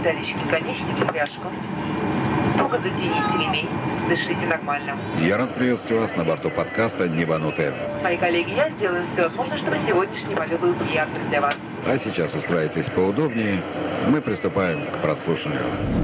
седалищки, конечник, упряжку. Туго затяните ремень, дышите нормально. Я рад приветствовать вас на борту подкаста «Небанутые». Мои коллеги, я сделаю все возможное, чтобы сегодняшний полет был приятным для вас. А сейчас устраивайтесь поудобнее. Мы приступаем к прослушиванию.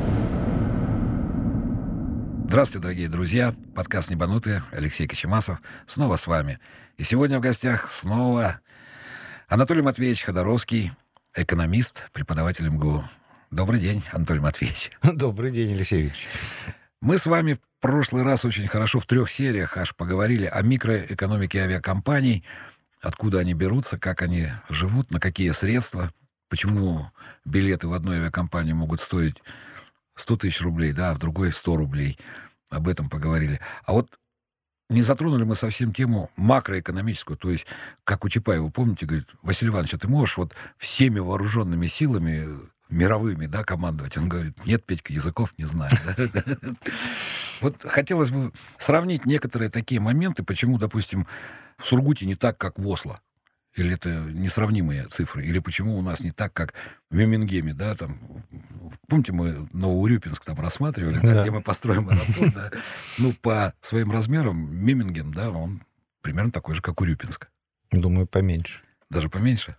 Здравствуйте, дорогие друзья. Подкаст «Небанутые». Алексей Кочемасов. Снова с вами. И сегодня в гостях снова Анатолий Матвеевич Ходоровский, экономист, преподаватель МГУ. Добрый день, Анатолий Матвеевич. Добрый день, Алексей Викторович. Мы с вами в прошлый раз очень хорошо в 3 сериях аж поговорили о микроэкономике авиакомпаний, откуда они берутся, как они живут, на какие средства, почему билеты в одной авиакомпании могут стоить 100 тысяч рублей, да, а в другой 100 рублей. Об этом поговорили. А вот не затронули мы совсем тему макроэкономическую, то есть, как у Чапаева, помните, говорит, Василий Иванович, а ты можешь вот всеми вооруженными силами мировыми, да, командовать? Он говорит, нет, Петька, языков не знаю. Вот хотелось бы сравнить некоторые такие моменты, почему, допустим, в Сургуте не так, как в Осло. Или это несравнимые цифры? Или почему у нас не так, как в Мемингеме, да, там... Помните, мы Новоурюпинск там рассматривали, да, где мы построим аэропорт, да? Ну, по своим размерам Мемингем, да, он примерно такой же, как Урюпинск. Думаю, поменьше. Даже поменьше?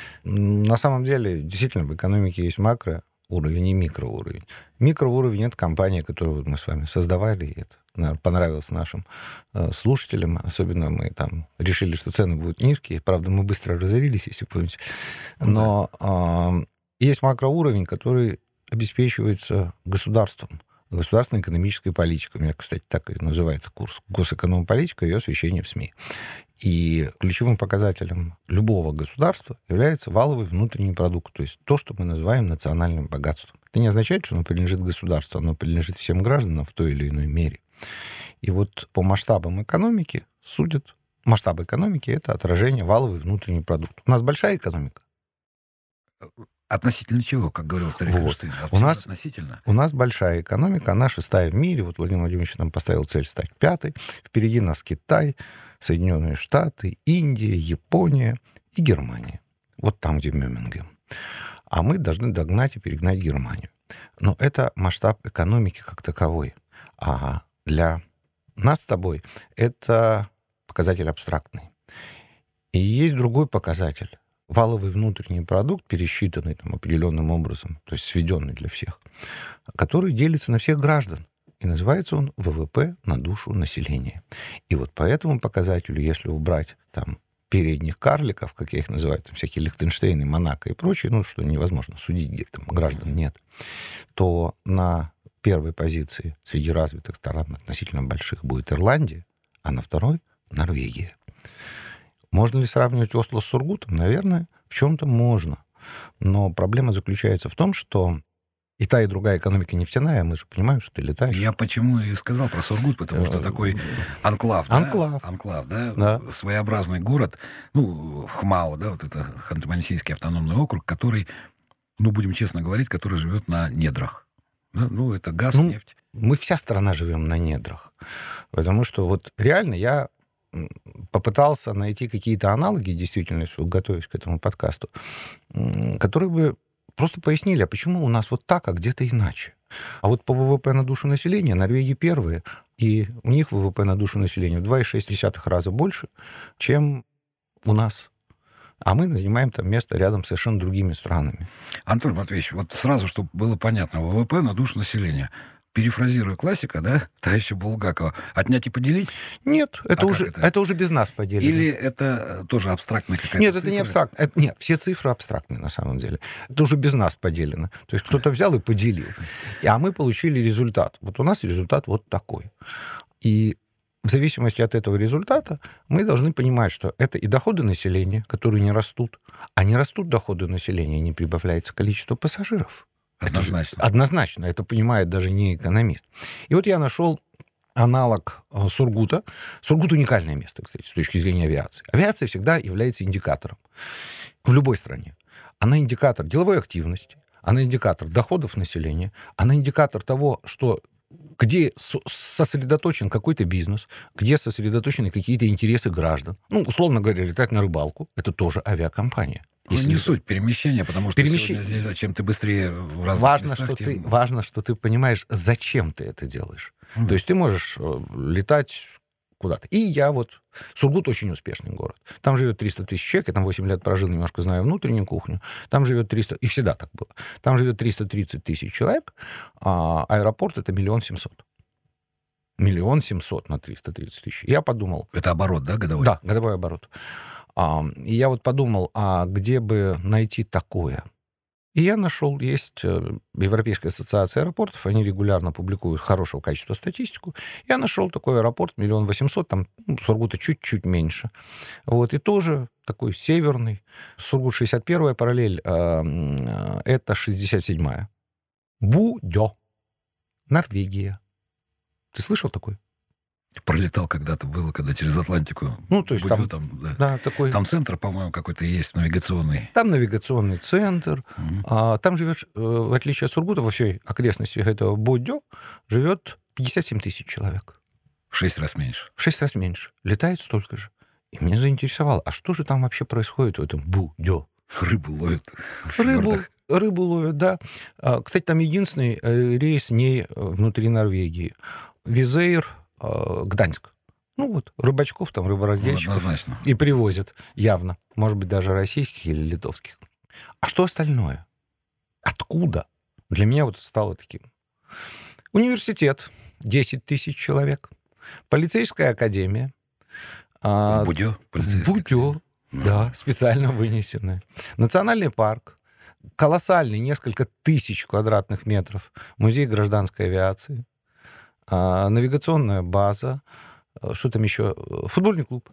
На самом деле, действительно, в экономике есть макроуровень и микроуровень. Микроуровень — это компания, которую мы с вами создавали, и это, наверное, понравилось нашим слушателям. Особенно мы там решили, что цены будут низкие. Правда, мы быстро разорились, если помните. Но есть макроуровень, который обеспечивается государством, государственной экономической политикой. У меня, кстати, так и называется курс «Госэкономполитика и ее освещение в СМИ». И ключевым показателем любого государства является валовый внутренний продукт, то есть то, что мы называем национальным богатством. Это не означает, что оно принадлежит государству, оно принадлежит всем гражданам в той или иной мере. И вот по масштабам экономики судят... Масштаб экономики — это отражение валовый внутренний продукт. У нас большая экономика. Относительно чего, как говорил старик Эйнштейн? Относительно? У нас большая экономика, она 6-я в мире. Вот Владимир Владимирович нам поставил цель стать 5-й. Впереди нас Китай, Соединенные Штаты, Индия, Япония и Германия. Вот там, где Мюмингем. А мы должны догнать и перегнать Германию. Но это масштаб экономики как таковой. А для нас с тобой это показатель абстрактный. И есть другой показатель. Валовый внутренний продукт, пересчитанный там определенным образом, то есть сведенный для всех, который делится на всех граждан. И называется он ВВП на душу населения. И вот по этому показателю, если убрать там передних карликов, как я их называю, там всякие Лихтенштейны, Монако и прочее, ну, что невозможно судить, где там граждан нет, то на первой позиции среди развитых стран относительно больших будет Ирландия, а на второй — Норвегия. Можно ли сравнивать Осло с Сургутом? Наверное, в чем-то можно. Но проблема заключается в том, что и та, и другая экономика нефтяная, мы же понимаем, что ты летаешь. Я почему и сказал про Сургут, потому что такой анклав, да, своеобразный город, ну, ХМАО, да, вот это Ханты-Мансийский автономный округ, который, ну, будем честно говорить, который живет на недрах. Да? Ну, это газ, нефть. Мы вся страна живем на недрах. Потому что вот реально я попытался найти какие-то аналоги, действительно, готовясь к этому подкасту, которые бы просто пояснили, а почему у нас вот так, а где-то иначе. А вот по ВВП на душу населения Норвегия первые, и у них ВВП на душу населения в 2,6 раза больше, чем у нас. А мы занимаем там место рядом с совершенно другими странами. Анатолий Матвеевич, вот сразу, чтобы было понятно, ВВП на душу населения. Перефразируя классика, да, товарища Булгакова, отнять и поделить? Нет, это уже без нас поделено. Или это тоже абстрактная какая-то Нет, цифра? это не абстрактно. Нет, все цифры абстрактные на самом деле. Это уже без нас поделено. То есть кто-то взял и поделил. А мы получили результат. Вот у нас результат вот такой. И в зависимости от этого результата мы должны понимать, что это и доходы населения, которые не растут. А не растут доходы населения, не прибавляется количество пассажиров. Однозначно. Однозначно. Это понимает даже не экономист. И вот я нашел аналог Сургута. Сургут — уникальное место, кстати, с точки зрения авиации. Авиация всегда является индикатором в любой стране. Она индикатор деловой активности, она индикатор доходов населения, она индикатор того, что где сосредоточен какой-то бизнес, где сосредоточены какие-то интересы граждан. Ну, условно говоря, летать на рыбалку — это тоже авиакомпания. Ну, Если не суть перемещения, потому что Перемещение. сегодня здесь, чем ты быстрее в разных местах, тем... важно, что ты понимаешь, зачем ты это делаешь. Ну То да. есть ты можешь летать куда-то. И я вот... Сургут очень успешный город. Там живет 300 тысяч человек, я там 8 лет прожил, немножко знаю внутреннюю кухню. Там живет 300... И всегда так было. Там живет 330 тысяч человек, а аэропорт — это 1 700 000. 1 700 000 на 330 тысяч. Я подумал... Это оборот, да, годовой? Да, годовой оборот. И я вот подумал, а где бы найти такое? И я нашел, есть Европейская ассоциация аэропортов, они регулярно публикуют хорошего качества статистику. Я нашел такой аэропорт, 1 800 000, там Сургута чуть-чуть меньше. Вот, и тоже такой северный. Сургут 61-я параллель, это 67-я. Будё. Норвегия. Ты слышал такой? Пролетал когда-то, было, когда через Атлантику. Ну, то есть Будё там, да. да, такой... Там центр, по-моему, какой-то есть навигационный. Там навигационный центр. Там живет, в отличие от Сургута, во всей окрестности этого Будё живет 57 тысяч человек. В 6 раз меньше. В 6 раз меньше. Летает столько же. И меня заинтересовало, а что же там вообще происходит в этом Будё? Рыбу ловят в фьордах. Рыбу ловят, да. Кстати, там единственный рейс не внутри Норвегии. Визейр, Гданьск. Ну вот, рыбачков там, Ну, рыбораздельщиков. однозначно. И привозят явно. Может быть, даже российских или литовских. А что остальное? Откуда? Для меня вот стало таким. Университет. 10 тысяч человек. Полицейская академия. В Будё? Будё, да, специально вынесенная. Национальный парк. Колоссальный, несколько тысяч квадратных метров. Музей гражданской авиации. Навигационная база. Что там еще? Футбольный клуб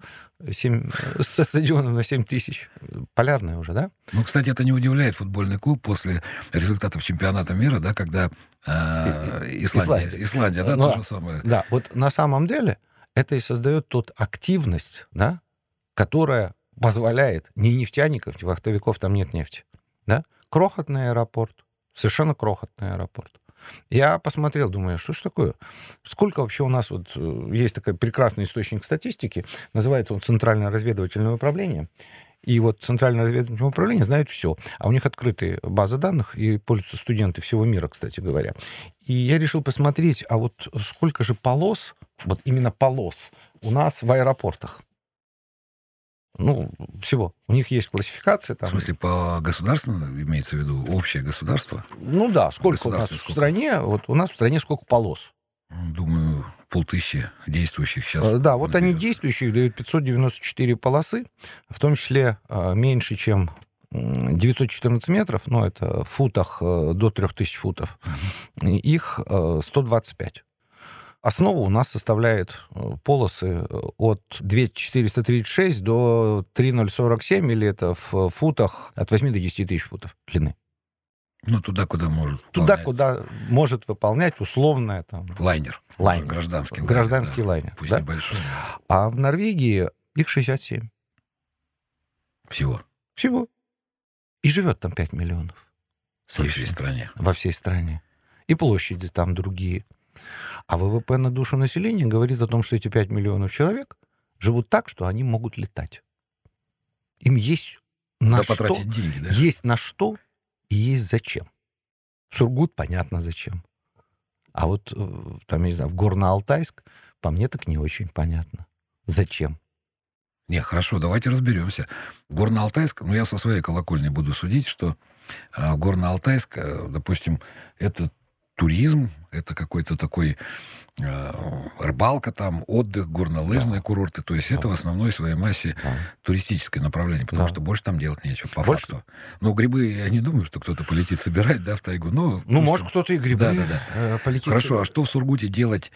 со стадионом на 7 тысяч. Полярная уже, да? Ну, кстати, это не удивляет футбольный клуб после результатов чемпионата мира, да, когда Исландия, да, Ну, то же самое. Да, вот на самом деле это и создает тот активность, да, которая позволяет ни нефтяников, ни вахтовиков, там нет нефти, да? Крохотный аэропорт, совершенно крохотный аэропорт. Я посмотрел, думаю, что ж такое? Сколько вообще у нас вот есть такой прекрасный источник статистики, называется он Центральное разведывательное управление. И вот Центральное разведывательное управление знает все. А у них открытые базы данных, и пользуются студенты всего мира, кстати говоря. И я решил посмотреть, а вот сколько же полос, вот именно полос, у нас в аэропортах. Ну, всего. У них есть классификация. Там. В смысле, по государственному имеется в виду общее государство? Ну да, сколько у нас в стране, вот у нас в стране сколько полос? Думаю, 500 действующих сейчас. Да, вот они действующие дают 594 полосы, в том числе меньше, чем 914 метров, но это в футах до 3000 футов. Их 125. Основа у нас составляет полосы от 2436 до 3047, или это в футах от 8 до 10 тысяч футов длины. Ну, туда, куда может Туда, выполнять. куда может выполнять условное там... Лайнер. Лайнер. Гражданский лайнер. Гражданский да. лайнер. Пусть Да? небольшой. А в Норвегии их 67. Всего. Всего. И живет там 5 миллионов. Во всей стране. Во всей стране. И площади там другие. А ВВП на душу населения говорит о том, что эти 5 миллионов человек живут так, что они могут летать. Им есть на Да, что, потратить деньги, да? есть на что и есть зачем. Сургут, понятно, зачем. А вот там, я не знаю, в Горно-Алтайск, по мне так не очень понятно. Зачем? Не, хорошо, давайте разберемся. Горно-Алтайск, ну, я со своей колокольни буду судить, что Горно-Алтайск, допустим, это туризм, это какой-то такой рыбалка там, отдых, горнолыжные курорты. То есть это в основной своей массе туристическое направление, потому что больше там делать нечего, по факту. Но грибы, я не думаю, что кто-то полетит собирать, да, в тайгу. Ну, может, кто-то и грибы полетит. Хорошо, а что в Сургуте делать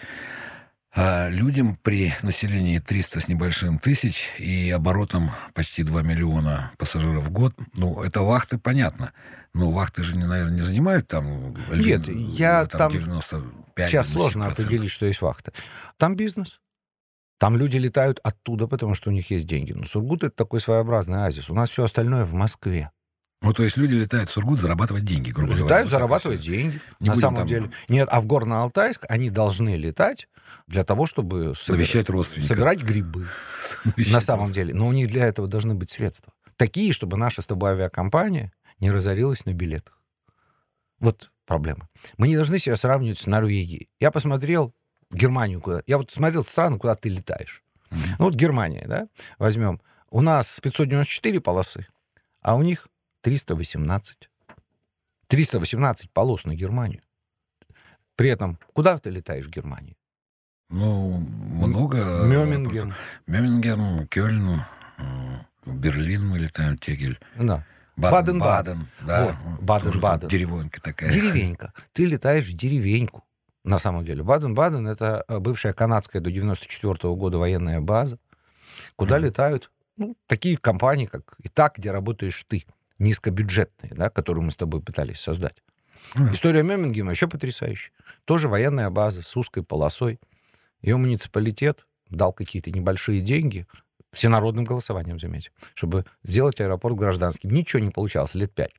людям при населении 300 с небольшим тысяч и оборотом почти 2 миллиона пассажиров в год? Ну, это вахты, понятно. Но вахты же, наверное, не занимают там... Нет, я там... 95, сейчас сложно определить, что есть вахта. Там бизнес. Там люди летают оттуда, потому что у них есть деньги. Но Сургут — это такой своеобразный оазис. У нас все остальное в Москве. Ну, то есть люди летают в Сургут зарабатывать деньги, грубо говоря. Летают зарабатывать деньги. На самом деле. Нет, а в Горно-Алтайск они должны летать для того, чтобы навещать родственников. Собирать грибы. На самом деле. Но у них для этого должны быть средства. Такие, чтобы наша с тобой авиакомпания не разорилась на билетах. Вот проблема. Мы не должны себя сравнивать с Норвегией. Я посмотрел Германию, куда... Я вот смотрел страны, куда ты летаешь. Ну, вот Германия, да, возьмем. У нас 594 полосы, а у них 318. 318 полос на Германию. При этом, куда ты летаешь в Германии? Ну, много. Мёминген. Кёльн, в Берлин мы летаем, Тегель. Да. Баден-Баден. Да. Вот, Баден-Баден. Деревенька такая. Деревенька. Ты летаешь в деревеньку, на самом деле. Баден-Баден — это бывшая канадская до 94 года военная база, куда летают такие компании, как ИТАК, где работаешь ты, низкобюджетные, да, которую мы с тобой пытались создать. История Мёмингема еще потрясающая. Тоже военная база с узкой полосой. Ее муниципалитет дал какие-то небольшие деньги, всенародным голосованием, заметьте, чтобы сделать аэропорт гражданским. Ничего не получалось лет 5.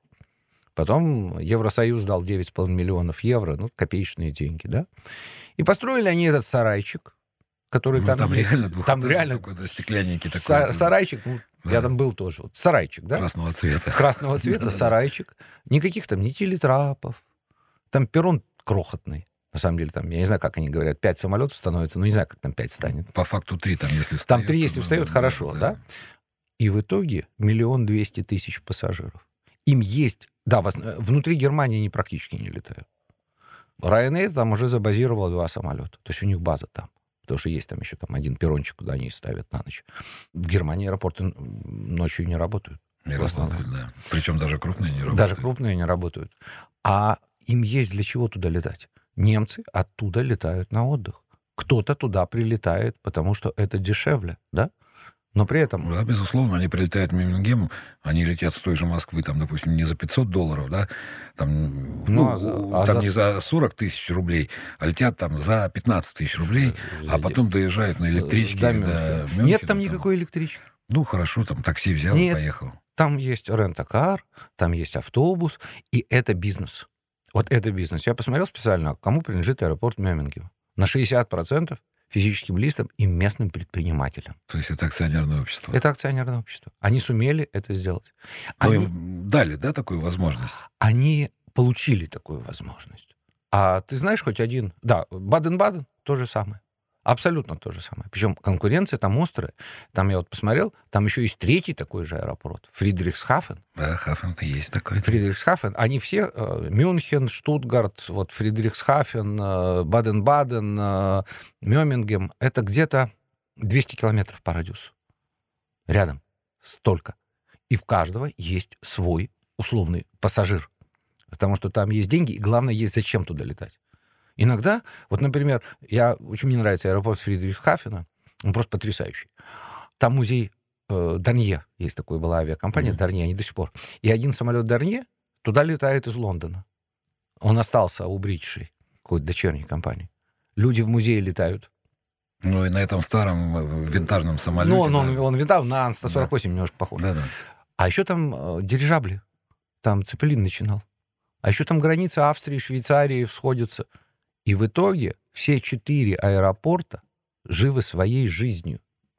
Потом Евросоюз дал 9,5 миллионов евро, копеечные деньги, да. И построили они этот сарайчик, который там есть. Там реально стеклянники такой. Сарайчик, я там был тоже. Вот, сарайчик, да? Красного цвета. Красного цвета сарайчик. Никаких там ни телетрапов. Там перрон крохотный. На самом деле, там, я не знаю, как они говорят, 5 самолетов становится, но не знаю, как там 5 станет. По факту 3 там, если встает. Там 3, если встает, хорошо, да? И в итоге 1 200 000 пассажиров. Им есть... Да, внутри Германии они практически не летают. Ryanair там уже забазировал 2 самолета. То есть у них база там. Потому что есть там еще один перрончик, куда они ставят на ночь. В Германии аэропорты ночью не работают. Не работают, да. Причем даже крупные не работают. Даже крупные не работают. А им есть для чего туда летать. Немцы оттуда летают на отдых. Кто-то туда прилетает, потому что это дешевле, да? Но при этом... Да, безусловно, они прилетают в Мюмингем, они летят с той же Москвы, там, допустим, не за $500, да, там, там не за 40 тысяч рублей, а летят там за 15 тысяч рублей, а потом доезжают на электричке до Мюнхена. Нет там никакой электрички. Ну, хорошо, там такси взял и поехал. Там есть рент-а-кар, там есть автобус, и это бизнес. Вот это бизнес. Я посмотрел специально, кому принадлежит аэропорт Мёмингема. На 60% физическим лицам и местным предпринимателям. То есть это акционерное общество? Это акционерное общество. Они сумели это сделать. Им дали, да, такую возможность? Они получили такую возможность. А ты знаешь хоть один... Да, Баден-Баден то же самое. Абсолютно то же самое. Причем конкуренция там острая. Там я вот посмотрел, там еще есть 3-й такой же аэропорт. Фридрихсхафен. Да, Хафен-то есть такой. Фридрихсхафен. Они все, Мюнхен, Штутгарт, вот Фридрихсхафен, Баден-Баден, Мёмингем, это где-то 200 километров по радиусу. Рядом. Столько. И в каждого есть свой условный пассажир. Потому что там есть деньги, и главное, есть зачем туда летать. Иногда, вот, например, очень мне нравится аэропорт Фридрихсхафена, он просто потрясающий. Там музей Дарнье, есть такая была авиакомпания, Дарнье, они до сих пор. И один самолет Дарнье туда летает из Лондона. Он остался у Бритишей, какой-то дочерней компании. Люди в музее летают. Ну и на этом старом винтажном самолете. Ну, он винтажный, на Ан-148 немножко похож. Да. А еще там дирижабли. Там Цепелин начинал. А еще там границы Австрии, Швейцарии сходятся. И в итоге все 4 аэропорта живы своей жизнью.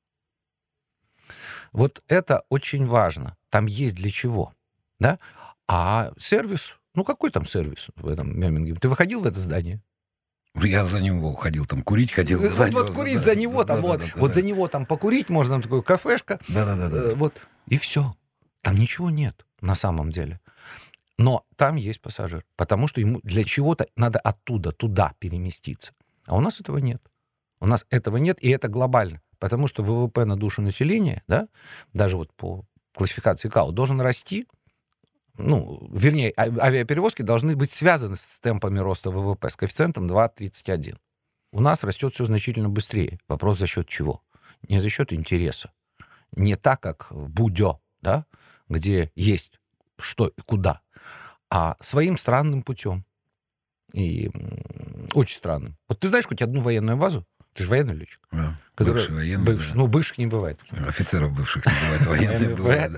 Вот это очень важно. Там есть для чего. Да? А сервис, какой там сервис в этом Мёмингеме? Ты выходил в это здание? Я за него ходил, там курить ходил. Вот курить за него, там вот за него там покурить можно, там такое кафешка. Да. Вот, и все. Там ничего нет на самом деле. Но там есть пассажир, потому что ему для чего-то надо оттуда, туда переместиться. А у нас этого нет. У нас этого нет, и это глобально. Потому что ВВП на душу населения, да, даже вот по классификации ИКАО, должен расти, вернее, авиаперевозки должны быть связаны с темпами роста ВВП, с коэффициентом 2,31. У нас растет все значительно быстрее. Вопрос за счет чего? Не за счет интереса. Не так, как в Будё, да, где есть что и куда, а своим странным путем. И очень странным. Вот ты знаешь хоть одну военную базу? Ты же военный летчик. Да, бывший военный. Бывших не бывает. Офицеров бывших не бывает, военных бывает.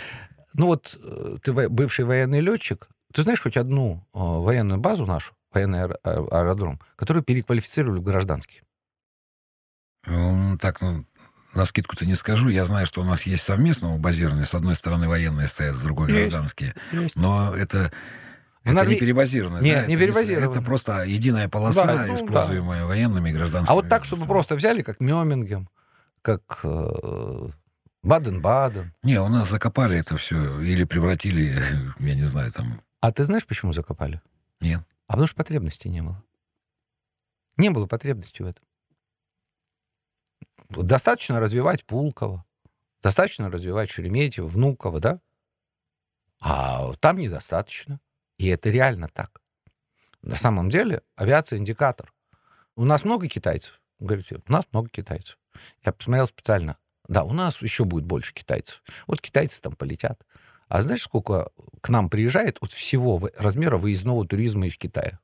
Ты бывший военный летчик. Ты знаешь хоть одну военную базу нашу, военный аэродром, которую переквалифицировали в гражданский? навскидку-то не скажу. Я знаю, что у нас есть совместное базирование. С одной стороны военные стоят, с другой гражданские. Есть. Но это не перебазировано. Нет, да? не перебазировано. Это просто единая полоса, Да, используемая военными и гражданскими. А вот так, чтобы просто взяли, как Мёмингем, как Баден-Баден. Не, у нас закопали это все. Или превратили, я не знаю, там... А ты знаешь, почему закопали? Нет. А потому что потребностей не было. Не было потребности в этом. Достаточно развивать Пулково, достаточно развивать Шереметьево, Внуково, да? А там недостаточно. И это реально так. На самом деле авиация индикатор. У нас много китайцев? Говорите, у нас много китайцев. Я посмотрел специально. Да, у нас еще будет больше китайцев. Вот китайцы там полетят. А знаешь, сколько к нам приезжает от всего размера выездного туризма из Китая?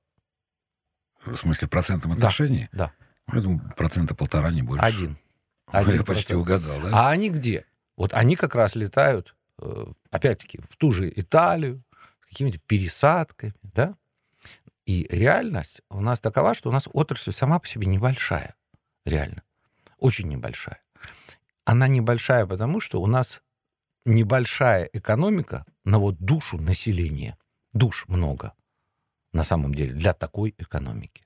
В смысле, в процентном отношении? Да. Я думаю, 1%-1,5, не больше. 1. Я почти угадал, да? А они где? Вот они как раз летают, опять-таки, в ту же Италию, с какими-то пересадками, да? И реальность у нас такова, что у нас отрасль сама по себе небольшая. Реально. Очень небольшая. Она небольшая, потому что у нас небольшая экономика на вот душу населения. Душ много, на самом деле, для такой экономики.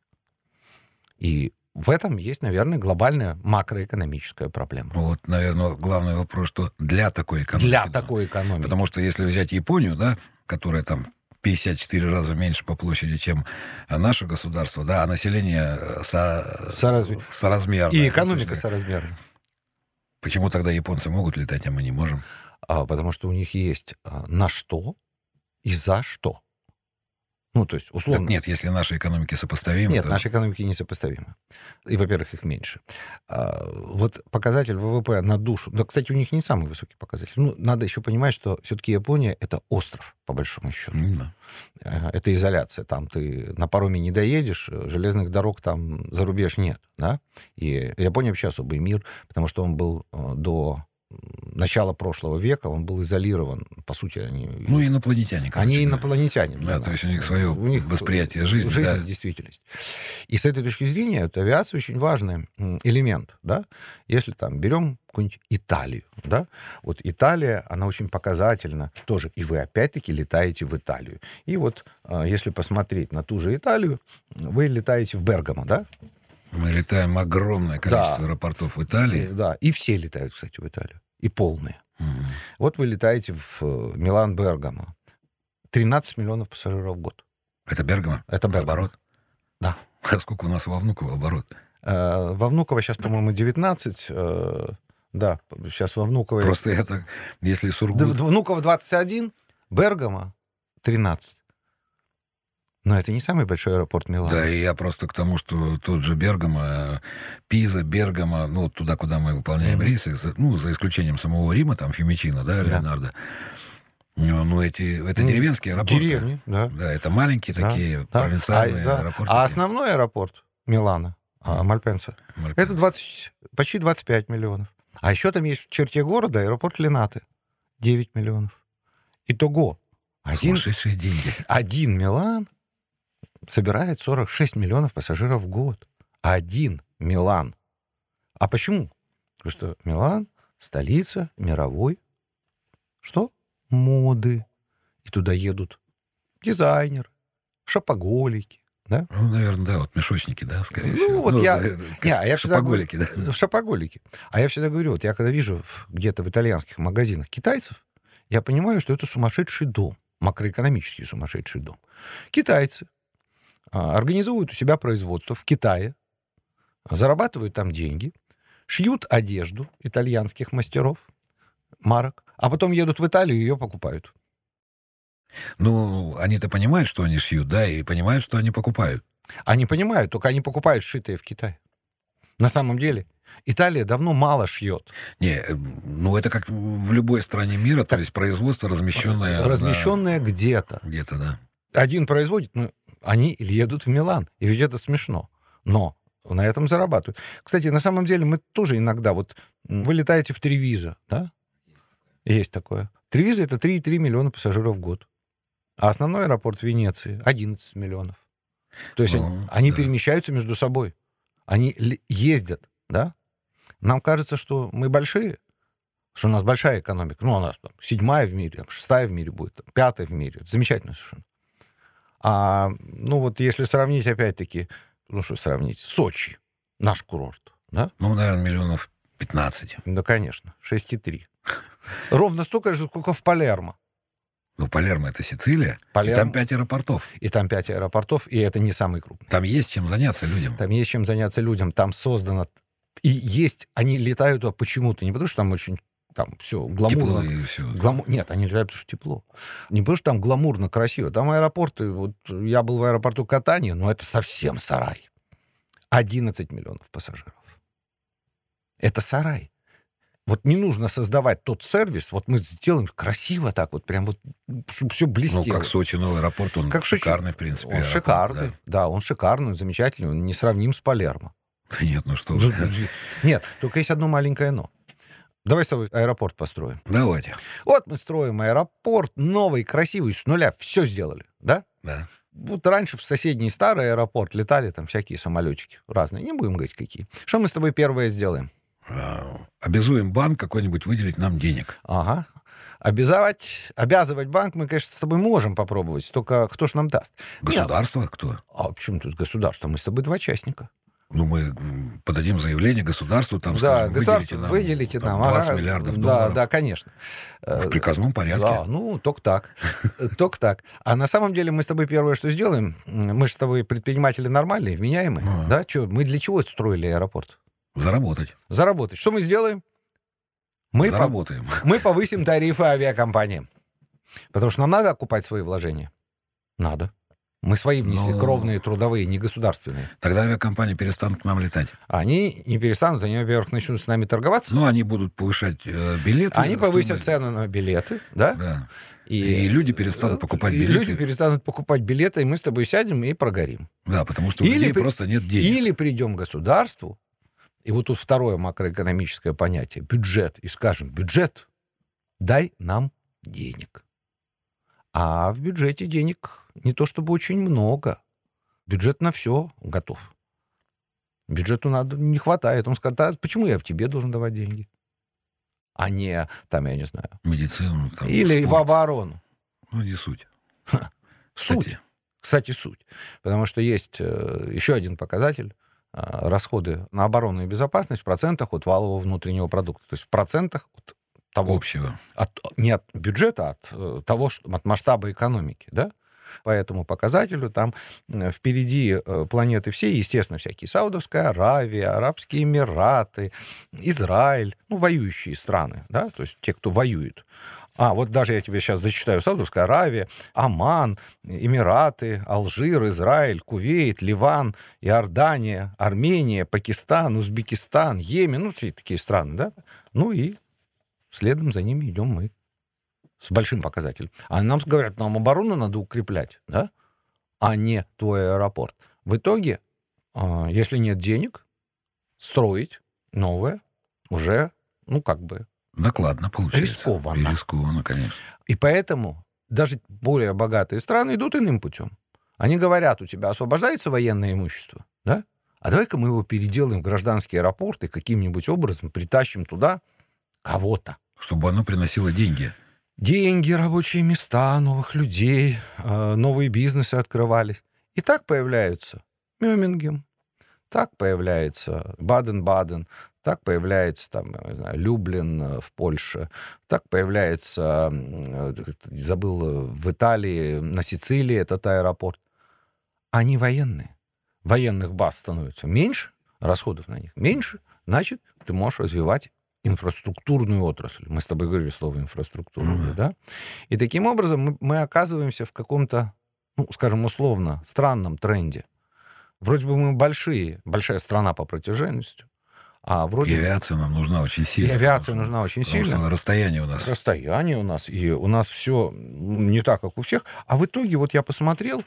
И в этом есть, наверное, глобальная макроэкономическая проблема. Вот, наверное, главный вопрос, что для такой экономики. Для такой экономики. Потому что если взять Японию, да, которая там 54 раза меньше по площади, чем наше государство, да, а население соразмерное. И экономика соразмерна. Почему тогда японцы могут летать, а мы не можем? Потому что у них есть на что и за что. Ну, то есть, условно... Так нет, если наши экономики сопоставимы... Нет, то... наши экономики несопоставимы. И, во-первых, их меньше. Вот показатель ВВП на душу... Да, кстати, у них не самый высокий показатель. Ну, надо еще понимать, что все-таки Япония — это остров, по большому счету. Да. Это изоляция. Там ты на пароме не доедешь, железных дорог там за рубеж нет. Да? И Япония вообще особый мир, потому что он был до... начала прошлого века, он был изолирован. По сути, они... Ну, инопланетяне, короче. Они инопланетяне. Да, то есть у них свое восприятие жизни. Жизнь, да. действительность. И с этой точки зрения, вот, авиация очень важный элемент. Да? Если там берем какую-нибудь Италию, да? Вот Италия, она очень показательна тоже. И вы опять-таки летаете в Италию. И вот если посмотреть на ту же Италию, вы летаете в Бергамо, да? Мы летаем огромное количество аэропортов в Италии. Да, и все летают, кстати, в Италию. И полные. Угу. Вот вы летаете в Милан-Бергамо. 13 миллионов пассажиров в год. Это Бергамо? Это Бергамо. Оборот? Да. А сколько у нас во Внуково оборот? Во Внуково сейчас, по-моему, 19. Да, сейчас во Внуково... Просто это, если Сургут... Внуково 21, Бергамо 13. Но это не самый большой аэропорт Милана. Да, и я просто к тому, что тот же Бергамо, Пиза, Бергамо, ну, туда, куда мы выполняем рейсы, ну, за исключением самого Рима, там, Фьюмичино, да, Леонардо. Ну, это деревенские аэропорты. Деревни, да. Да, это маленькие такие провинциальные аэропорты. А основной аэропорт Милана, Мальпенса, это почти 25 миллионов. А еще там есть в черте города аэропорт Ленаты. 9 миллионов. Итого. Сумасшедшие деньги. Один Милан собирает 46 миллионов пассажиров в год. Один Милан. А почему? Потому что Милан — столица мировой что? Моды. И туда едут дизайнеры, шопоголики. Да? Ну, наверное, да, вот мешочники, да, скорее всего. Ну, вот я шопоголики, да. Шопоголики. А я всегда говорю, вот я когда вижу где-то в итальянских магазинах китайцев, я понимаю, что это сумасшедший дом, макроэкономический сумасшедший дом. Китайцы организуют у себя производство в Китае, зарабатывают там деньги, шьют одежду итальянских мастеров, марок, а потом едут в Италию и ее покупают. Ну, они-то понимают, что они шьют, да, и понимают, что они покупают. Они понимают, только они покупают сшитые в Китае. На самом деле, Италия давно мало шьет. Не, ну это как в любой стране мира, то есть производство размещенное... Размещенное где-то. Где-то, да. Один производит, но они едут в Милан. И ведь это смешно. Но на этом зарабатывают. Кстати, на самом деле мы тоже иногда... Вот вы летаете в Тревизо, да? Есть такое. Тревизо — это 3,3 миллиона пассажиров в год. А основной аэропорт Венеции — 11 миллионов. То есть они перемещаются между собой. Они ездят, да? Нам кажется, что мы большие, что у нас большая экономика. Ну, у нас там 7-я в мире, 6-я в мире будет, 5-я в мире. Замечательно совершенно. Ну, вот если сравнить, опять-таки, ну, что сравнить, Сочи, наш курорт, да? Ну, наверное, миллионов 15. Да, конечно, 6,3. Ровно столько же, сколько в Палермо. Ну, Палермо — это Сицилия, Палермо. и там 5 аэропортов. И там 5 аэропортов, и это не самый крупный. Там есть чем заняться людям. Там есть чем заняться людям, там создано... И есть, они летают туда почему-то, не потому что там очень, там все гламурно. Тепло и все. Нет, они летают, потому что тепло. Не потому что там гламурно, красиво. Там аэропорты, вот я был в аэропорту Катании, но это совсем сарай. 11 миллионов пассажиров. Это сарай. Вот не нужно создавать тот сервис, вот мы сделаем красиво так вот, прям вот, чтобы все блестело. Ну, как Сочи, новый аэропорт, он Как шикарный, в принципе. Он аэропорт, шикарный, да, он шикарный, он замечательный, он не сравним с Палермо. Да нет, ну что вы. Нет, только есть одно маленькое но. Давай с тобой аэропорт построим. Давайте. Вот мы строим аэропорт, новый, красивый, с нуля, все сделали, да? Да. Вот раньше в соседний старый аэропорт летали там всякие самолетики разные, не будем говорить какие. Что мы с тобой первое сделаем? Обязуем банк какой-нибудь выделить нам денег. Ага. Обязывать банк мы, конечно, с тобой можем попробовать, только кто ж нам даст? Государство кто? А почему тут государство? Мы с тобой два частника. Ну, мы подадим заявление государству, там, Да, скажем, государство, выделите нам 20 миллиардов долларов. Да, конечно. В приказном порядке. Да, ну, только так. Только так. А на самом деле мы с тобой первое, что сделаем, мы же с тобой предприниматели нормальные, вменяемые. Да, мы для чего строили аэропорт? Заработать. Заработать. Что мы сделаем? Заработаем. Мы повысим тарифы авиакомпаниям. Потому что нам надо окупать свои вложения. Надо. Мы свои внесли, кровные, трудовые, не государственные. Тогда авиакомпании перестанут к нам летать. Они не перестанут, они, во-первых, начнут с нами торговаться. Ну, они будут повышать билеты. Они повысят цену на билеты, да? Да. И люди перестанут покупать билеты. Люди перестанут покупать билеты, и мы с тобой сядем и прогорим. Да, потому что у людей просто нет денег. Или придем к государству, и вот тут второе макроэкономическое понятие, бюджет, и скажем, бюджет, дай нам денег. А в бюджете денег не то чтобы очень много. Бюджет на все готов. Бюджету не хватает. Он скажет, а почему я в тебе должен давать деньги? А не, там, я не знаю. Медицину. Там, или спорт. в оборону. Ну, не суть. Суть. Кстати, суть. Потому что есть еще один показатель. Расходы на оборону и безопасность в процентах от валового внутреннего продукта. То есть в процентах от того... Общего. Не от бюджета, а от масштаба экономики, да? По этому показателю там впереди планеты все, естественно, всякие Саудовская Аравия, Арабские Эмираты, Израиль, ну, воюющие страны, да, то есть те, кто воюет. Вот даже я тебе сейчас зачитаю: Саудовская Аравия, Оман, Эмираты, Алжир, Израиль, Кувейт, Ливан, Иордания, Армения, Пакистан, Узбекистан, Йемен, ну, все такие страны, да? Ну и следом за ними идем мы. С большим показателем. А нам говорят, нам оборону надо укреплять, да? А не твой аэропорт. В итоге, если нет денег, строить новое уже, ну, как бы... Накладно получается. Рискованно. Рискованно, конечно. И поэтому даже более богатые страны идут иным путем. Они говорят, у тебя освобождается военное имущество, да? А давай-ка мы его переделаем в гражданский аэропорт и каким-нибудь образом притащим туда кого-то. Чтобы оно приносило деньги. Деньги, рабочие места, новых людей, новые бизнесы открывались. И так появляются Мюмингем, так появляется Баден-Баден, так появляется, там, я не знаю, Люблин в Польше, так появляется, забыл, в Италии, на Сицилии этот аэропорт. Они военные. Военных баз становится меньше, расходов на них меньше, значит, ты можешь развивать инфраструктурную отрасль. Мы с тобой говорили слово инфраструктурную, да? И таким образом мы оказываемся в каком-то, ну, скажем, условно, странном тренде. Вроде бы мы большая страна по протяженности, а вроде... И авиация нам нужна очень сильно. И авиация нужна очень сильно. Потому что расстояние у нас. Расстояние у нас, и у нас все не так, как у всех. А в итоге вот я посмотрел,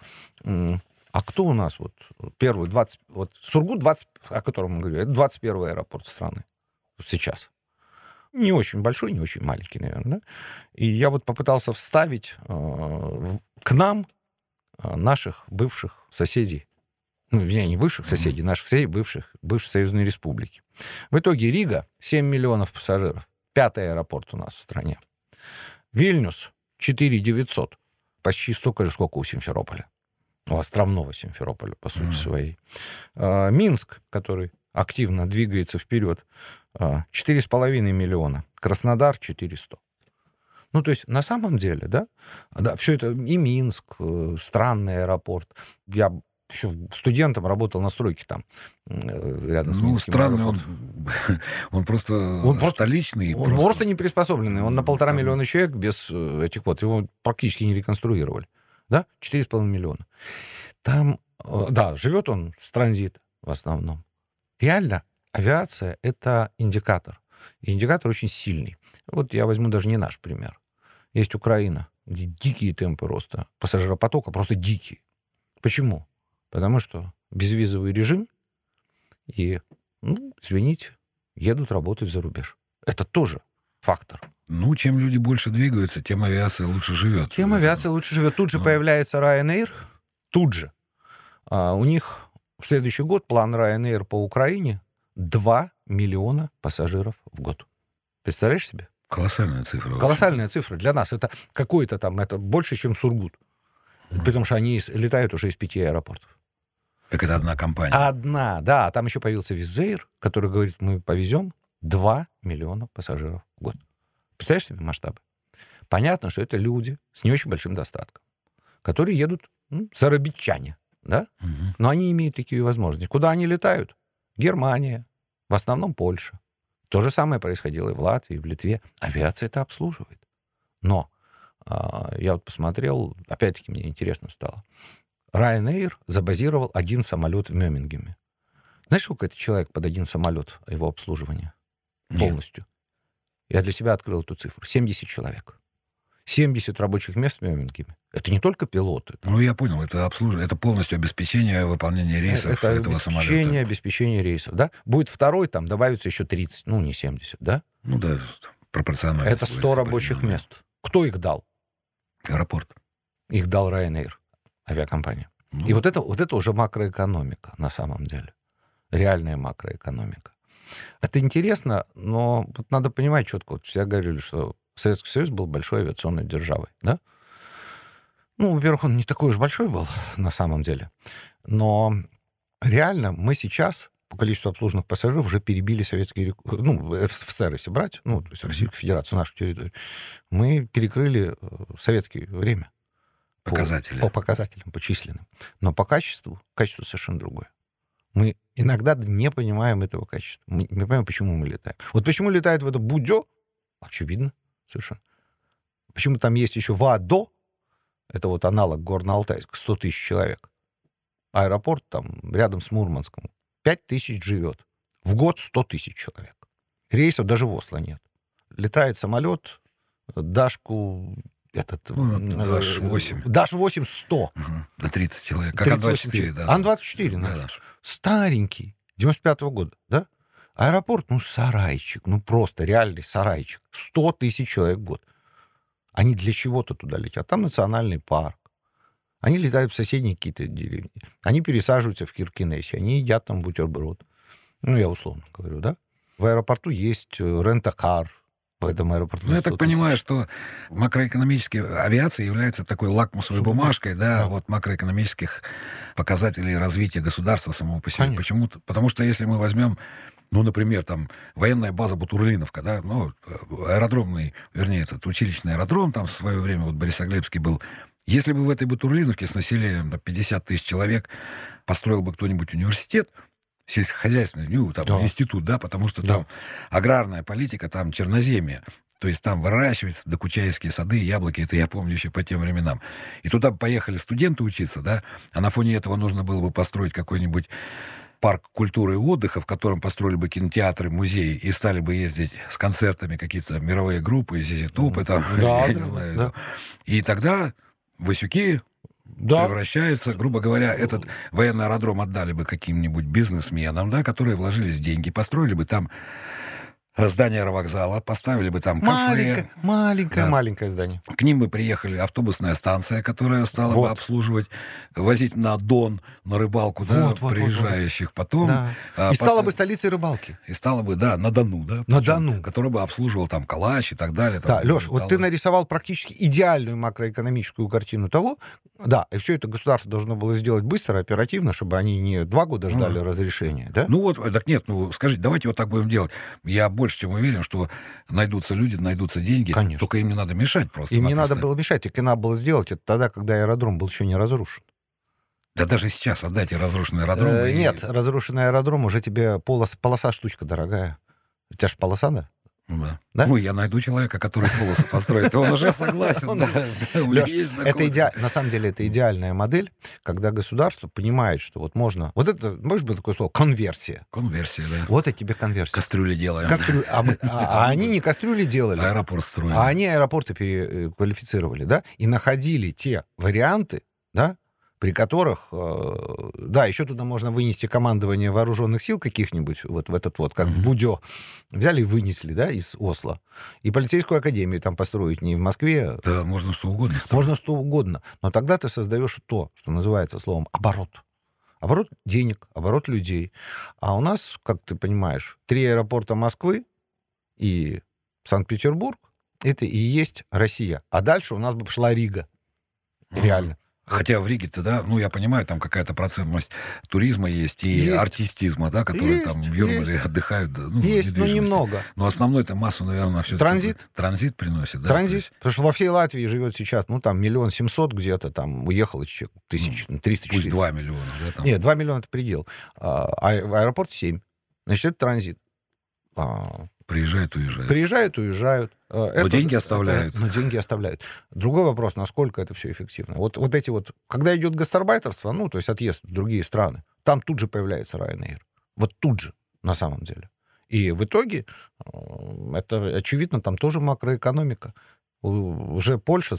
а кто у нас вот первый, 20... Вот Сургут, 20, о котором мы говорили, это 21-й аэропорт страны сейчас. Не очень большой, не очень маленький, наверное. Да? И я вот попытался вставить к нам наших бывших соседей не бывших соседей, наших соседей, бывшей союзной республики. В итоге Рига 7 миллионов пассажиров. 5-й аэропорт у нас в стране. Вильнюс 4 900. Почти столько же, сколько у Симферополя. У островного Симферополя, по сути своей. Минск, который активно двигается вперед, 4,5 миллиона. Краснодар 400. То есть, на самом деле, да, все это и Минск, странный аэропорт. Я еще студентом работал на стройке там, рядом с Минским странный аэропортом. он просто столичный. Он просто не приспособленный. Он на 1,5 миллиона человек без этих вот. Его практически не реконструировали. Да? 4,5 миллиона. Там, живет он с транзита в основном. Реально, авиация — это индикатор. И индикатор очень сильный. Вот я возьму даже не наш пример. Есть Украина, где дикие темпы роста пассажиропотока, просто дикие. Почему? Потому что безвизовый режим и, извините, едут работать за рубеж. Это тоже фактор. Чем люди больше двигаются, тем авиация лучше живет. Тут же появляется Ryanair. Тут же. У них в следующий год план Ryanair по Украине 2 миллиона пассажиров в год. Представляешь себе? Колоссальная цифра. Колоссальная цифра. Для нас это какой-то там, это больше, чем Сургут. Потому что они летают уже из 5 аэропортов. Так это одна компания. Одна, да. Там еще появился Wizz Air, который говорит, мы повезем 2 миллиона пассажиров в год. Представляешь себе масштабы? Понятно, что это люди с не очень большим достатком, которые едут, зарабичане, да? Но они имеют такие возможности. Куда они летают? Германия, в основном Польша. То же самое происходило и в Латвии, и в Литве. Авиация это обслуживает. Но я вот посмотрел, опять-таки мне интересно стало. Ryanair забазировал один самолет в Мёмингеме. Знаешь, сколько это человек под один самолет, его обслуживание? Полностью. Я для себя открыл эту цифру. 70 человек. 70 рабочих мест в Мёмингеме. Это не только пилоты. Я понял, это обслуживание, это полностью обеспечение выполнения рейсов этого самолета. Обеспечение рейсов, да? Будет второй, там добавится еще 30, не 70, да? Да, пропорционально. Это 100 рабочих мест. Кто их дал? Аэропорт. Их дал Ryanair, авиакомпания. И вот это уже макроэкономика на самом деле. Реальная макроэкономика. Это интересно, но вот надо понимать четко. Вот все говорили, что Советский Союз был большой авиационной державой, да? Во-первых, он не такой уж большой был на самом деле. Но реально мы сейчас по количеству обслуженных пассажиров уже перебили советские рекорды. СССР, если брать, то есть Российскую Федерацию, нашу территорию, мы перекрыли советское время. Показатели. По показателям, по численным. Но по качеству совершенно другое. Мы иногда не понимаем этого качества. Мы не понимаем, почему мы летаем. Вот почему летает в это Будё, очевидно совершенно. Почему там есть еще ВАДО, это вот аналог Горно-Алтайска, 100 тысяч человек. Аэропорт там рядом с Мурманском. 5 тысяч живет. В год 100 тысяч человек. Рейсов даже в Осло нет. Летает самолет, Дашку... Даш-8. Даш-8 100. До 30 человек. Как Ан-24, да. Ан-24, да. Старенький. 95-го года, да? Аэропорт, сарайчик. Просто реальный сарайчик. 100 тысяч человек в год. Они для чего-то туда летят. Там национальный парк. Они летают в соседние какие-то деревни. Они пересаживаются в Киркинессе. Они едят там бутерброд. Я условно говорю, да? В аэропорту есть рент-а-кар. В этом аэропорту. Я так понимаю, что макроэкономическая авиация является такой лакмусовой бумажкой, вот макроэкономических показателей развития государства самого по себе. Почему-то. Потому что если мы возьмем, например, там военная база Бутурлиновка, да, аэродромный, вернее, этот училищный аэродром, там в свое время Борисоглебский был. Если бы в этой Бутурлиновке с населением 50 тысяч человек построил бы кто-нибудь университет, сельскохозяйственный, институт, да, потому что там аграрная политика, там черноземье. То есть там выращиваются докучаевские сады, яблоки, это я помню еще по тем временам. И туда поехали студенты учиться, да, а на фоне этого нужно было бы построить какой-нибудь парк культуры и отдыха, в котором построили бы кинотеатры, музеи, и стали бы ездить с концертами какие-то мировые группы, ZZ Top, да. И тогда Васюки превращаются, грубо говоря, этот военный аэродром отдали бы каким-нибудь бизнесменам, да, которые вложились в деньги, построили бы там здание аэровокзала, поставили бы там кафе. Маленькое здание. К ним бы приехали автобусная станция, которая стала бы обслуживать, возить на Дон, на рыбалку, приезжающих. Потом... Да. И стала бы столицей рыбалки. И стала бы, на Дону, да? На Дону. Который бы обслуживал там Калач и так далее. Да, Леш, вот ты нарисовал практически идеальную макроэкономическую картину того, да, и все это государство должно было сделать быстро, оперативно, чтобы они не 2 года ждали разрешения, да? Ну вот, так нет, скажите, давайте вот так будем делать. Я больше чем уверен, что найдутся люди, найдутся деньги. Конечно. Только им не надо мешать просто. Им не надо было мешать, их и надо было сделать. Это тогда, когда аэродром был еще не разрушен. Да даже сейчас отдайте разрушенный аэродром. Нет, разрушенный аэродром уже тебе полоса штучка дорогая. У тебя же полоса, да? Да? Ой, я найду человека, который полосу построит. Он уже согласен. Леш, на самом деле это идеальная модель, когда государство понимает, что вот можно... Вот это, может быть, такое слово? Конверсия. Конверсия, да. Вот и тебе конверсия. Кастрюли делаем. А они не кастрюли делали. Аэропорт строили. А они аэропорты переквалифицировали, да? И находили те варианты, да, при которых, да, еще туда можно вынести командование вооруженных сил каких-нибудь, вот в этот вот, как в Будё. Взяли и вынесли, да, из Осло. И полицейскую академию там построить не в Москве. Да, можно что угодно строить. Можно что угодно. Но тогда ты создаешь то, что называется словом оборот. Оборот денег, оборот людей. А у нас, как ты понимаешь, 3 аэропорта Москвы и Санкт-Петербург, это и есть Россия. А дальше у нас бы пошла Рига. Реально. Хотя в Риге-то, да, я понимаю, там какая-то процентность туризма есть и артистизма, да, которые там в Юрмале отдыхают. Есть, но немного. Но основной-то массу, наверное, все-таки... Транзит приносит, да? Транзит. Потому что во всей Латвии живет сейчас, там, 1 700 000 где-то, там, уехало 300-400. Пусть 2 миллиона, да? Там. Нет, 2 миллиона — это предел. А аэропорт 7. Значит, это транзит. Приезжают, уезжают. Приезжают, уезжают. Но деньги оставляют. Но деньги оставляют. Другой вопрос, насколько это все эффективно. Вот эти вот... Когда идет гастарбайтерство, то есть отъезд в другие страны, там тут же появляется Ryanair. Вот тут же, на самом деле. И в итоге, это, очевидно, там тоже макроэкономика. Уже Польша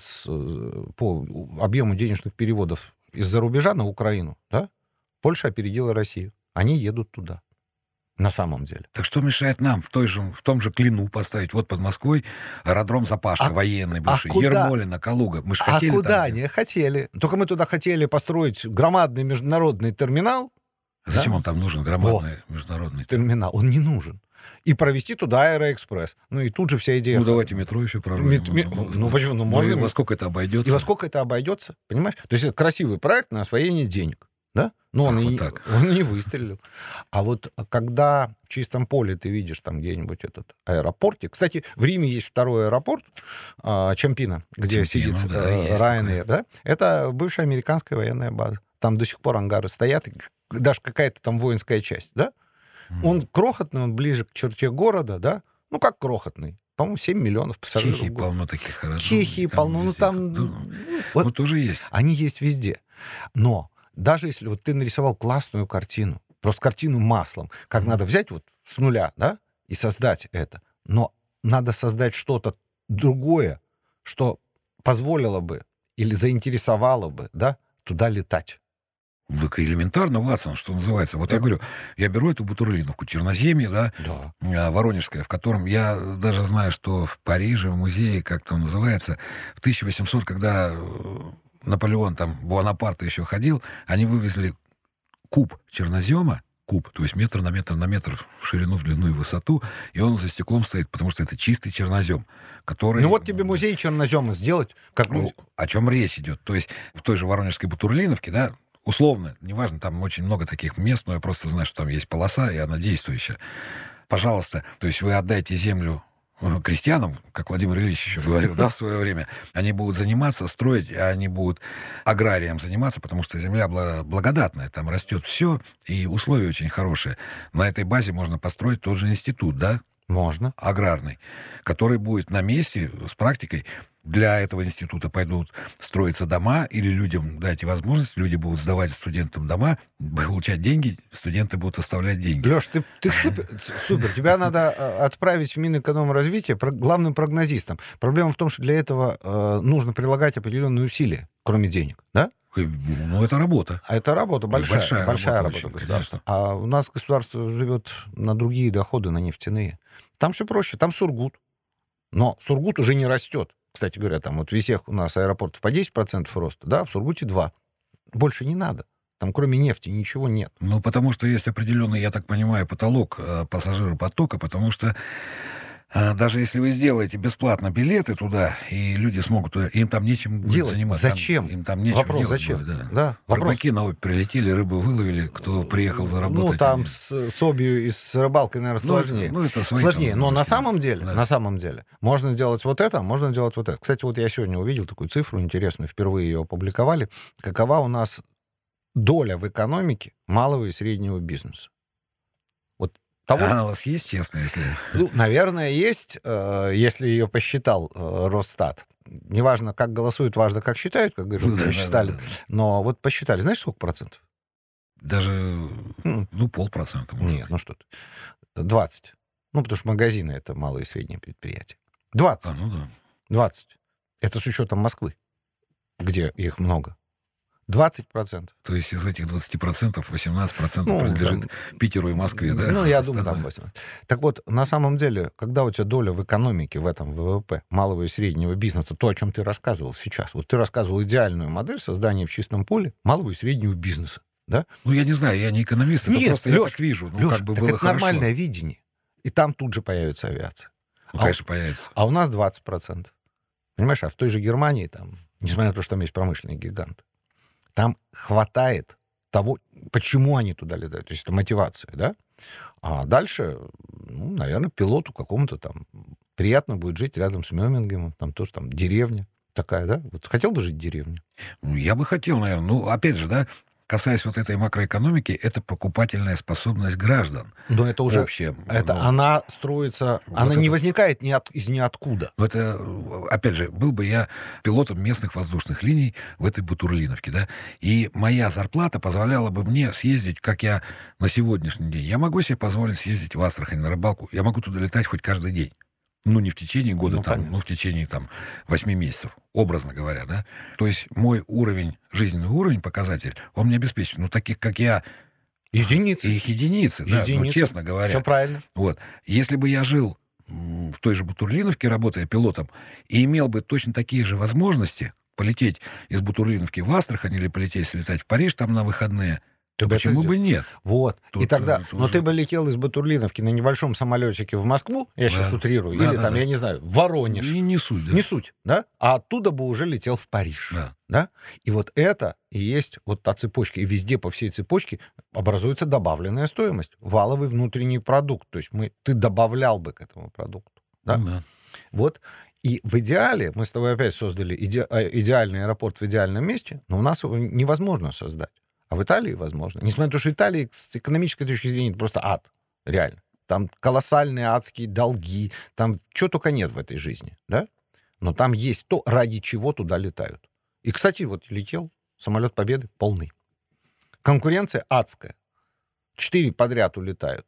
по объему денежных переводов из-за рубежа на Украину, да, Польша опередила Россию. Они едут туда. На самом деле. Так что мешает нам в том же Клину поставить, вот под Москвой, аэродром Запашка, военный бывший, Ермолино, Калуга. Мы же хотели куда не хотели? Только мы туда хотели построить громадный международный терминал. Зачем он там нужен, громадный международный терминал? Он не нужен. И провести туда Аэроэкспресс. И тут же вся идея... давайте метро еще прорвем. Почему? Можно. И во сколько это обойдется? И во сколько это обойдется, понимаешь? То есть это красивый проект на освоение денег. Да? Но он не выстрелил. А вот когда в чистом поле ты видишь там где-нибудь этот аэропортик... Кстати, в Риме есть второй аэропорт, Чампино, где сидит Ryanair. Да? Это бывшая американская военная база. Там до сих пор ангары стоят, даже какая-то там воинская часть. Да? Он крохотный, он ближе к черте города. Да? Как крохотный? По-моему, 7 миллионов пассажиров. Чехии полно таких аэродромов. Чехии полно. Тоже есть. Они есть везде. Но даже если вот ты нарисовал классную картину, просто картину маслом, как надо взять вот с нуля, да, и создать это, но надо создать что-то другое, что позволило бы или заинтересовало бы, да, туда летать. Так элементарно, Ватсон, что называется. Вот я говорю, я беру эту Бутурлиновку, Черноземье, да, Воронежское, в котором я даже знаю, что в Париже, в музее, как там называется, в 1800, когда Наполеон, там, Буанапарта еще ходил, они вывезли куб чернозема, то есть метр на метр в ширину, в длину и высоту, и он за стеклом стоит, потому что это чистый чернозем, который... вот тебе музей чернозема сделать. О чем речь идет? То есть в той же Воронежской Бутурлиновке, да, условно, неважно, там очень много таких мест, но я просто знаю, что там есть полоса, и она действующая. Пожалуйста, то есть вы отдайте землю крестьянам, как Владимир Ильич еще говорил, да, в свое время, они будут заниматься, строить, а они будут аграрием заниматься, потому что земля благодатная, там растет все, и условия очень хорошие. На этой базе можно построить тот же институт, да? Можно. Аграрный, который будет на месте с практикой. Для этого института пойдут строиться дома, или людям дайте возможность, люди будут сдавать студентам дома, получать деньги, студенты будут оставлять деньги. Леш, ты супер. Тебя надо отправить в Минэкономразвитие главным прогнозистом. Проблема в том, что для этого нужно прилагать определенные усилия, кроме денег, да? Это работа. А это работа большая работа государства. А у нас государство живет на другие доходы, на нефтяные. Там все проще. Там Сургут. Но Сургут уже не растет. Кстати говоря, там вот везде у нас аэропортов по 10% роста, да, в Сургуте 2%. Больше не надо. Там кроме нефти ничего нет. Ну, потому что есть определенный, я так понимаю, потолок пассажиропотока, потому что даже если вы сделаете бесплатно билеты туда, и люди смогут туда, им там нечем будет Делать. заниматься. Зачем? Им там нечем Вопрос, делать зачем? будет, да. Да, вопрос. Рыбаки на Обь прилетели, рыбу выловили, кто приехал заработать. Ну, там с Обью и с рыбалкой, наверное, сложнее. Это свои Сложнее. там, Но на да. самом деле, можно сделать вот это, можно сделать вот это. Кстати, вот я сегодня увидел такую цифру интересную, впервые ее опубликовали. Какова у нас доля в экономике малого и среднего бизнеса? Вот того, Она у вас есть, честно, если... ну, наверное, есть, если ее посчитал Росстат. Неважно, как голосуют, важно, как считают, как говорил товарищ Сталин. Но вот посчитали. Знаешь, сколько процентов? Даже, Ну, 0,5%. может Нет, ну что ты. 20. Ну, потому что магазины — это малые и средние предприятия. 20. Ну да. 20. Это с учетом Москвы, где их много. 20%. То есть из этих 20% 18% Ну, принадлежит Питеру и Москве, да? Ну, я думаю, там 18. Так вот, на самом деле, когда у тебя доля в экономике, в этом ВВП, малого и среднего бизнеса, то, о чем ты рассказывал сейчас, вот ты рассказывал идеальную модель создания в чистом поле малого и среднего бизнеса, да? Ну, я не знаю, я не экономист, это Нет, просто я Лёш, так вижу. Ну, Лёш, как бы так было это хорошо. нормальное видение. И там тут же появится авиация. Ну, конечно, появится. А у нас 20%. Понимаешь, а в той же Германии, там, несмотря на то, что там есть промышленный гигант, там хватает того, почему они туда летают. То есть это мотивация, да? А дальше, ну, наверное, пилоту какому-то там приятно будет жить рядом с Мёмингемом. Там тоже там деревня такая, да? Вот хотел бы жить в деревне? Ну, я бы хотел, наверное. Ну, опять же, да, касаясь вот этой макроэкономики, это покупательная способность граждан. Но это уже... Общая. Это ну, она строится... Вот она не это- возникает из ниоткуда. Ну, это, опять же, был бы я пилотом местных воздушных линий в этой Бутурлиновке, да, и моя зарплата позволяла бы мне съездить, как я на сегодняшний день. Я могу себе позволить съездить в Астрахань на рыбалку, я могу туда летать хоть каждый день. Ну, не в течение года, Ну, там, понятно. ну, в течение, там, 8 месяцев, образно говоря, да. То есть мой уровень, жизненный уровень, показатель, он мне обеспечен. Ну, таких, как я, Единицы. их единицы, да, ну, Единицы. честно говоря. Все правильно. Вот. Если бы я жил в той же Бутурлиновке, работая пилотом, и имел бы точно такие же возможности полететь из Бутурлиновки в Астрахань или полететь, слетать в Париж там на выходные, Ты то бы это почему бы сделал. нет? Вот. И Тут, тогда... это Но уже- ты бы летел из Батурлиновки на небольшом самолетике в Москву, я сейчас Да. утрирую, Да, или да, там, да. я не знаю, в Воронеж. И не суть, да. Не суть, да? А оттуда бы уже летел в Париж. Да. Да? И вот это и есть вот та цепочка. И везде по всей цепочке образуется добавленная стоимость. Валовый внутренний продукт. То есть ты добавлял бы к этому продукту. Да? Ну да. Вот. И в идеале, мы с тобой опять создали идеальный аэропорт в идеальном месте, но у нас его невозможно создать. А в Италии возможно. Несмотря на то, что Италия с экономической точки зрения это просто ад. Реально. Там колоссальные адские долги. Там чего только нет в этой жизни. Да? Но там есть то, ради чего туда летают. И, кстати, вот летел самолет Победы полный. Конкуренция адская. 4 подряд улетают.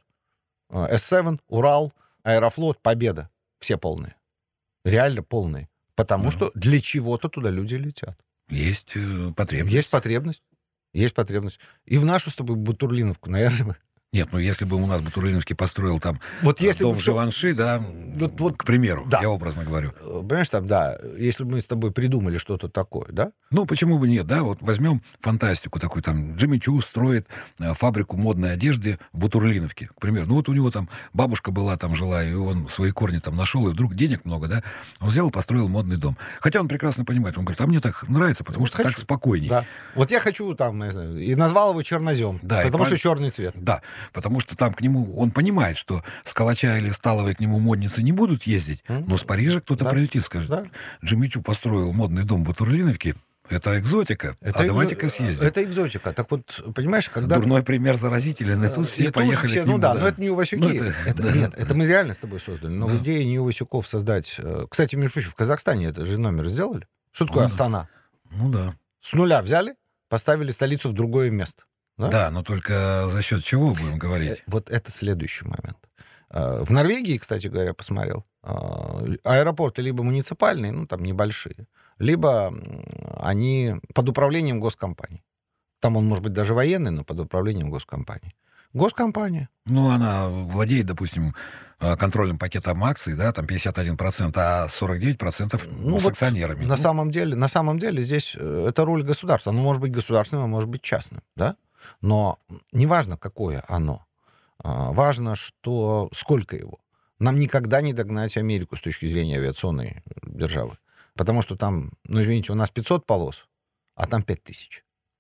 С-7, Урал, Аэрофлот, Победа. Все полные. Реально полные. Потому что для чего-то туда люди летят. Есть потребность. Есть потребность. Есть потребность. И в нашу с тобой Бутурлиновку, наверное. Нет, ну если бы у нас Бутурлиновский построил там Вот если дом бы в всё- Живанши, да, Вот, к примеру, да. я образно говорю. Понимаешь, там, да, если бы мы с тобой придумали что-то такое, да? Ну, почему бы нет, да? Вот возьмем фантастику такую, там, Джимми Чу строит фабрику модной одежды в Бутурлиновке, к примеру. Ну, вот у него там бабушка была, там жила, и он свои корни там нашел, и вдруг денег много, да? Он взял и построил модный дом. Хотя он прекрасно понимает, он говорит, а мне так нравится, потому Вот что так хочу. спокойней. Да. Вот я хочу там, я знаю, и назвал его чернозем, Да, и потому что пон- черный цвет. Да, потому что там к нему, он понимает, что с Калача или Сталовой к нему модницы не будут ездить, но с Парижа кто-то Да. прилетит, скажет, Да. Джимми Чу построил модный дом в Бутурлиновке, это экзотика, давайте-ка съездим. Это экзотика. Так вот, понимаешь, когда... Дурной пример заразителен, и тут И все тут поехали все, к нему. ну да, но это не у Васюки. Ну, это- да. Нет, это мы реально с тобой создали. Но Да. идея не у Васюков создать... Кстати, между прочим, в Казахстане это же номер сделали. Что такое Ну, Астана? Ну да. С нуля взяли, поставили столицу в другое место. Да? Да, но только за счет чего будем говорить? Вот это следующий момент. В Норвегии, кстати говоря, посмотрел, аэропорты либо муниципальные, ну, там небольшие, либо они под управлением госкомпаний. Там он может быть даже военный, но под управлением госкомпании. Госкомпания. Ну, она владеет, допустим, контрольным пакетом акций, да, там 51%, а 49% с акционерами. На самом деле здесь это роль государства. Оно может быть государственным, а может быть частным, да? Но неважно, какое оно. Важно, что сколько его. Нам никогда не догнать Америку с точки зрения авиационной державы. Потому что там, извините, у нас 500 полос, а там 5000.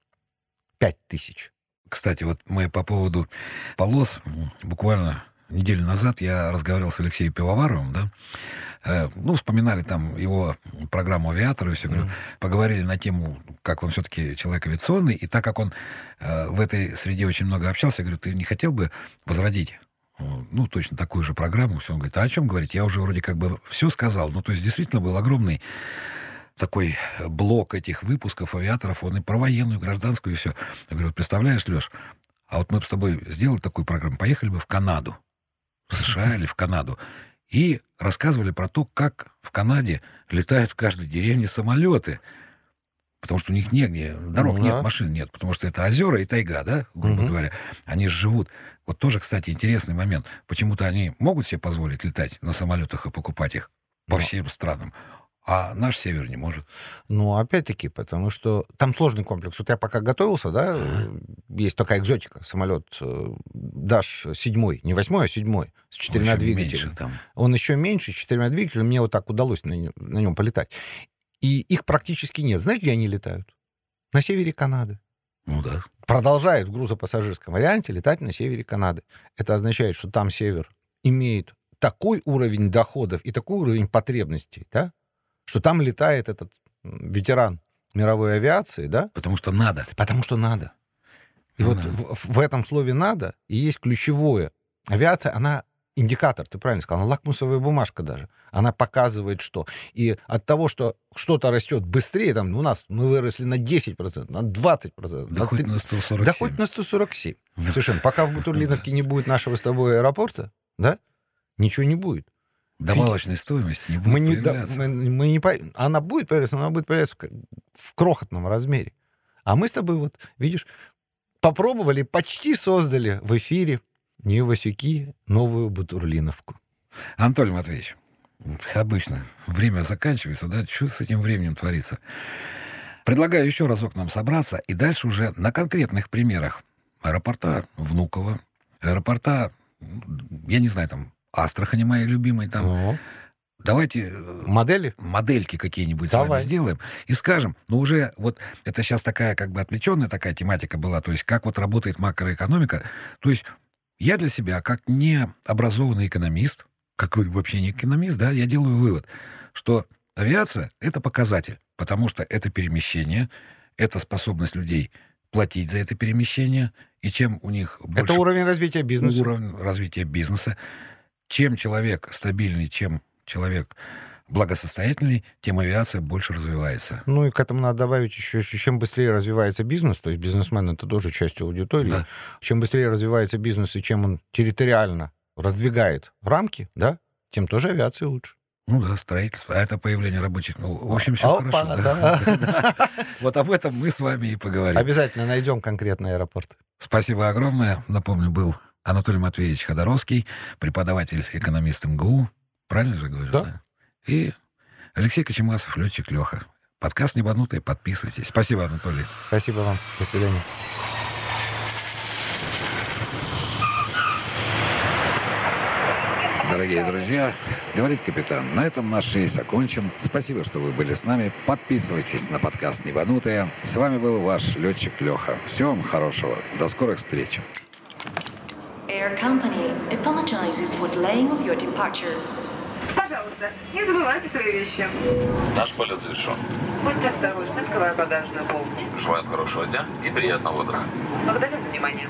5000. Кстати, вот мы по поводу полос, буквально неделю назад я разговаривал с Алексеем Пивоваровым, да, вспоминали там его программу «Авиатор», и все, говорю, поговорили на тему, как он все-таки человек авиационный, и так как он в этой среде очень много общался, я говорю, ты не хотел бы возродить точно такую же программу? Все, он говорит, а о чем говорить? Я уже вроде как бы все сказал. То есть действительно был огромный такой блок этих выпусков авиаторов, он и про военную, и гражданскую, и все. Я говорю, представляешь, Леш, а вот мы бы с тобой сделали такую программу, поехали бы в Канаду, в США или в Канаду, и рассказывали про то, как в Канаде летают в каждой деревне самолеты, потому что у них негде, дорог нет, машин нет, потому что это озера и тайга, да, грубо говоря. Они же живут. Вот тоже, кстати, интересный момент. Почему-то они могут себе позволить летать на самолетах и покупать их по всем странам, а наш север не может. Опять-таки, потому что там сложный комплекс. Вот я пока готовился, да, есть такая экзотика, самолет Dash 7, не 8, а 7, с 4 двигателями. Он еще меньше, с 4 двигателями, мне вот так удалось на нем полетать. И их практически нет. Знаете, где они летают? На севере Канады. Да. Продолжают в грузопассажирском варианте летать на севере Канады. Это означает, что там север имеет такой уровень доходов и такой уровень потребностей, да, что там летает этот ветеран мировой авиации, да? Потому что надо. Потому что надо. И в этом слове «надо» и есть ключевое. Авиация, она индикатор, ты правильно сказал, она лакмусовая бумажка даже. Она показывает, что. И от того, что что-то растет быстрее, там у нас мы выросли на 10%, на 20%. Да хоть на 147. Да хоть на 147. Совершенно. Пока в Бутурлиновке не будет нашего с тобой аэропорта, да, ничего не будет. Добавочной стоимости не будет появляться. Она будет появляться в крохотном размере. А мы с тобой, вот, видишь, попробовали, почти создали в эфире Нью-Васюки новую Бутурлиновку. Анатолий Матвеевич, обычно время заканчивается, да? Что с этим временем творится? Предлагаю еще разок нам собраться и дальше уже на конкретных примерах аэропорта Внуково, аэропорта, я не знаю, там, Астрахани, мои любимые, там. Давайте модельки какие-нибудь с вами сделаем и скажем, уже вот это сейчас такая как бы отвлеченная такая тематика была, то есть как вот работает макроэкономика. То есть я для себя, как необразованный экономист, как вообще не экономист, да, я делаю вывод, что авиация — это показатель, потому что это перемещение, это способность людей платить за это перемещение, и чем у них больше... Это уровень развития бизнеса. Уровень развития бизнеса. Чем человек стабильный, чем человек благосостоятельный, тем авиация больше развивается. И к этому надо добавить еще, чем быстрее развивается бизнес, то есть бизнесмен — это тоже часть аудитории, да. Чем быстрее развивается бизнес и чем он территориально раздвигает рамки, да, тем тоже авиация лучше. Строительство. А это появление рабочих... в общем, все хорошо. Да. Вот об этом мы с вами и поговорим. Обязательно найдем конкретный аэропорт. Спасибо огромное. Напомню, был Анатолий Матвеевич Ходоровский, преподаватель, экономист МГУ. Правильно же говорю? Да. И Алексей Кочемасов, летчик Леха. Подкаст «Небанутые». Подписывайтесь. Спасибо, Анатолий. Спасибо вам. До свидания. Дорогие друзья, говорит капитан, на этом наш рейс окончен. Спасибо, что вы были с нами. Подписывайтесь на подкаст «Небанутые». С вами был ваш летчик Леха. Всего вам хорошего. До скорых встреч. Air Company apologizes for delaying of your departure. Пожалуйста, не забывайте свои вещи. Наш полет завершен. Будьте осторожны, открывая багажную полку. Желаем хорошего дня и приятного отдыха. Благодарю за внимание.